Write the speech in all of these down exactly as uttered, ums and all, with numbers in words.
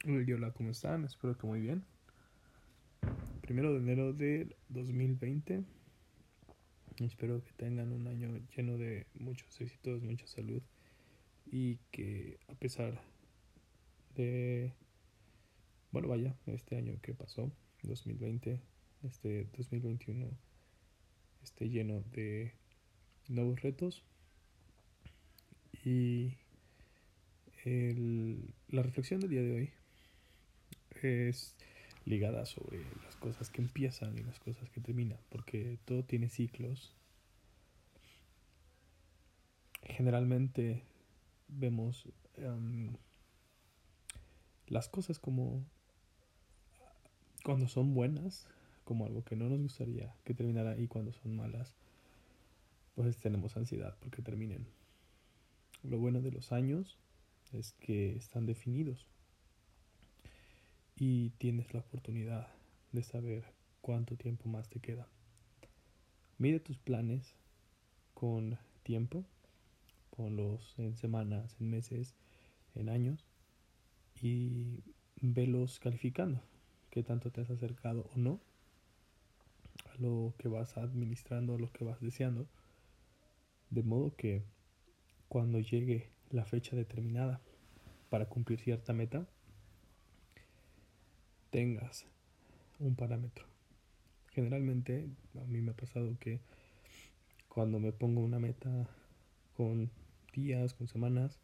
Hola, hola, ¿cómo están? Espero que muy bien. Primero de enero del dos mil veinte. Espero que tengan un año lleno de muchos éxitos, mucha salud y que a pesar de, bueno, vaya, este año que pasó, dos mil veinte, este dos mil veintiuno esté lleno de nuevos retos y el- la reflexión del día de hoy es ligada sobre las cosas que empiezan y las cosas que terminan, porque todo tiene ciclos. Generalmente vemos um, las cosas como cuando son buenas, como algo que no nos gustaría que terminara, y cuando son malas, pues tenemos ansiedad porque terminen. Lo bueno de los años es que están definidos y tienes la oportunidad de saber cuánto tiempo más te queda. Mide tus planes con tiempo, ponlos en semanas, en meses, en años, y velos calificando, qué tanto te has acercado o no a lo que vas administrando, a lo que vas deseando, de modo que cuando llegue la fecha determinada para cumplir cierta meta, tengas un parámetro. Generalmente a mí me ha pasado que cuando me pongo una meta con días, con semanas,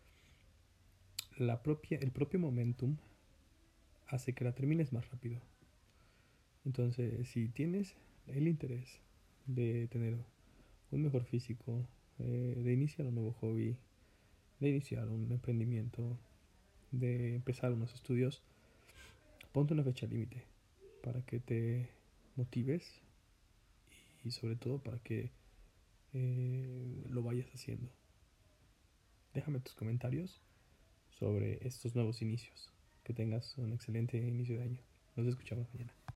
la propia, el propio momentum hace que la termines más rápido. Entonces, si tienes el interés de tener un mejor físico, eh, de iniciar un nuevo hobby, de iniciar un emprendimiento, de empezar unos estudios, ponte una fecha límite para que te motives y sobre todo para que eh, lo vayas haciendo. Déjame tus comentarios sobre estos nuevos inicios. Que tengas un excelente inicio de año. Nos escuchamos mañana.